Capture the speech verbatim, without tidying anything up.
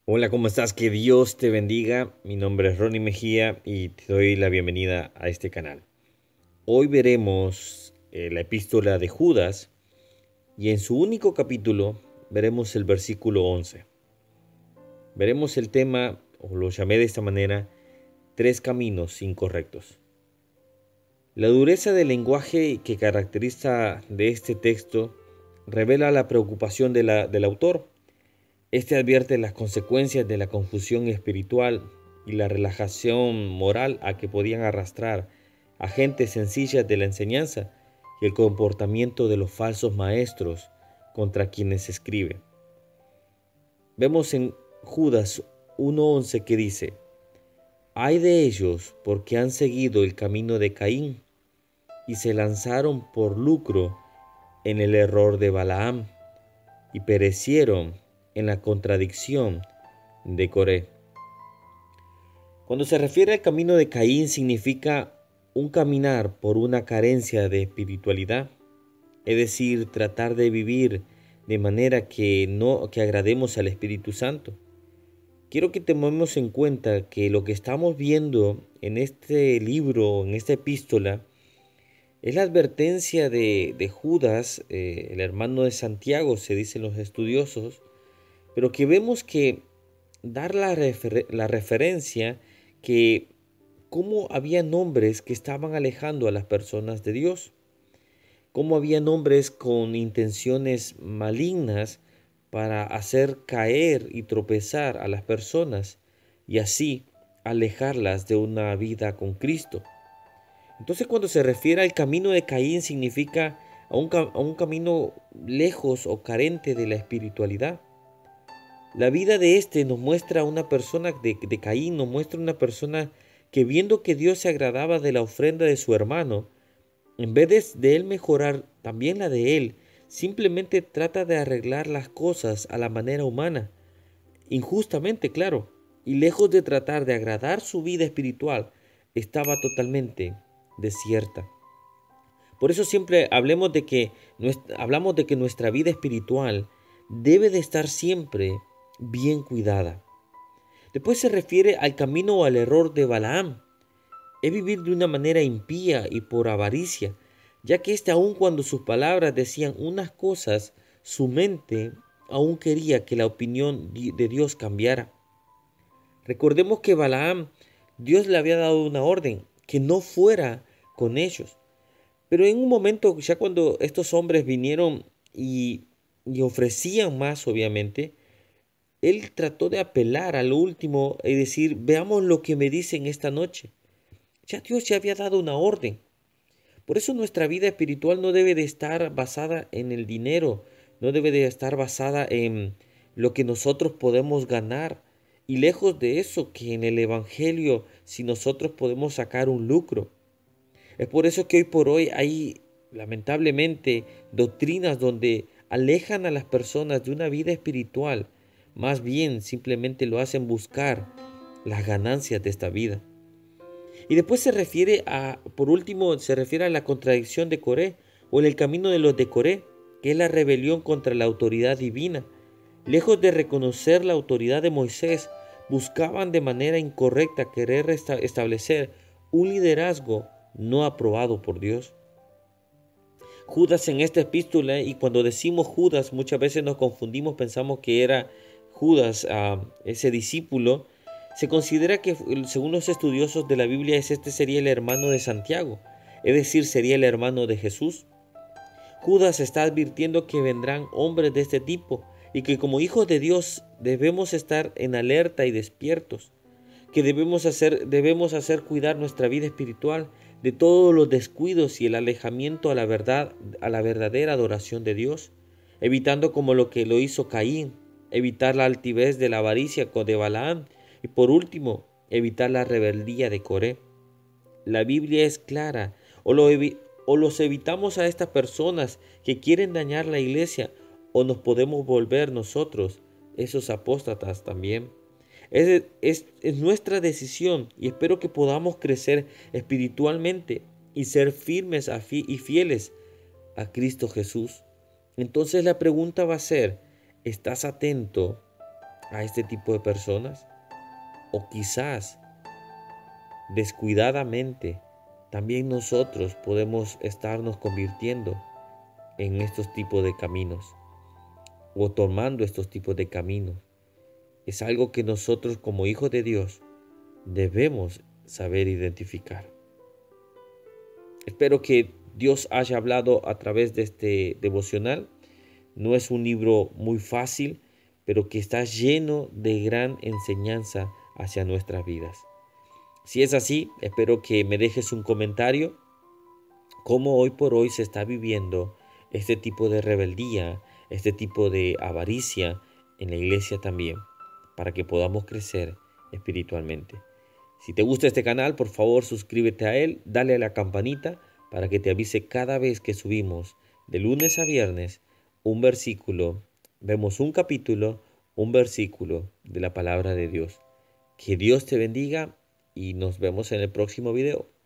Hola, ¿cómo estás? Que Dios te bendiga. Mi nombre es Ronnie Mejía y te doy la bienvenida a este canal. Hoy veremos eh, la epístola de Judas y en su único capítulo veremos el versículo once. Veremos el tema, o lo llamé de esta manera, tres caminos incorrectos. La dureza del lenguaje que caracteriza de este texto revela la preocupación de la, del autor. Este advierte las consecuencias de la confusión espiritual y la relajación moral a que podían arrastrar a gentes sencillas de la enseñanza y el comportamiento de los falsos maestros contra quienes escribe. Vemos en Judas uno once que dice: «Ay de ellos porque han seguido el camino de Caín y se lanzaron por lucro en el error de Balaam y perecieron en la contradicción de Coré». Cuando se refiere al camino de Caín, significa un caminar por una carencia de espiritualidad, es decir, tratar de vivir de manera que no que agrademos al Espíritu Santo. Quiero que tomemos en cuenta que lo que estamos viendo en este libro, en esta epístola, es la advertencia de, de Judas, eh, el hermano de Santiago, se dicen los estudiosos, pero que vemos que dar la, refer la referencia que cómo había nombres que estaban alejando a las personas de Dios, cómo había nombres con intenciones malignas para hacer caer y tropezar a las personas y así alejarlas de una vida con Cristo. Entonces, cuando se refiere al camino de Caín, significa a un, a un camino lejos o carente de la espiritualidad. La vida de este nos muestra una persona de, de Caín, nos muestra una persona que, viendo que Dios se agradaba de la ofrenda de su hermano, en vez de, de él mejorar también la de él, simplemente trata de arreglar las cosas a la manera humana, injustamente, claro, y lejos de tratar de agradar su vida espiritual, estaba totalmente desierta. Por eso siempre hablemos de que, hablamos de que nuestra vida espiritual debe de estar siempre bien cuidada. Después se refiere al camino o al error de Balaam. Es vivir de una manera impía y por avaricia, ya que éste, aun cuando sus palabras decían unas cosas, su mente aún quería que la opinión de Dios cambiara. Recordemos que Balaam, Dios le había dado una orden, que no fuera con ellos. Pero en un momento, ya cuando estos hombres vinieron y, y ofrecían más, obviamente, él trató de apelar al último y decir: veamos lo que me dicen esta noche. Ya Dios ya había dado una orden. Por eso nuestra vida espiritual no debe de estar basada en el dinero, no debe de estar basada en lo que nosotros podemos ganar. Y lejos de eso, que en el Evangelio, si nosotros podemos sacar un lucro. Es por eso que hoy por hoy hay, lamentablemente, doctrinas donde alejan a las personas de una vida espiritual. Más bien, simplemente lo hacen buscar las ganancias de esta vida. Y después se refiere a, por último, se refiere a la contradicción de Coré, o en el camino de los de Coré, que es la rebelión contra la autoridad divina. Lejos de reconocer la autoridad de Moisés, buscaban de manera incorrecta querer establecer un liderazgo no aprobado por Dios. Judas en esta epístola, y cuando decimos Judas muchas veces nos confundimos, pensamos que era Judas, uh, ese discípulo. Se considera que, según los estudiosos de la Biblia, este sería el hermano de Santiago, es decir, sería el hermano de Jesús. Judas está advirtiendo que vendrán hombres de este tipo y que como hijos de Dios debemos estar en alerta y despiertos, que debemos hacer, debemos hacer cuidar nuestra vida espiritual de todos los descuidos y el alejamiento a la verdad, a la verdadera adoración de Dios, evitando como lo que lo hizo Caín, evitar la altivez de la avaricia de Balaam y por último, evitar la rebeldía de Coré. La Biblia es clara, o, lo evi o los evitamos a estas personas que quieren dañar la iglesia, o nos podemos volver nosotros esos apóstatas también. Es, es, es nuestra decisión y espero que podamos crecer espiritualmente y ser firmes a fi y fieles a Cristo Jesús. Entonces la pregunta va a ser: ¿estás atento a este tipo de personas? O quizás descuidadamente también nosotros podemos estarnos convirtiendo en estos tipos de caminos o tomando estos tipos de caminos. Es algo que nosotros como hijos de Dios debemos saber identificar. Espero que Dios haya hablado a través de este devocional. No es un libro muy fácil, pero que está lleno de gran enseñanza hacia nuestras vidas. Si es así, espero que me dejes un comentario cómo hoy por hoy se está viviendo este tipo de rebeldía, este tipo de avaricia en la iglesia también, para que podamos crecer espiritualmente. Si te gusta este canal, por favor suscríbete a él, dale a la campanita para que te avise cada vez que subimos de lunes a viernes un versículo, vemos un capítulo, un versículo de la palabra de Dios. Que Dios te bendiga y nos vemos en el próximo video.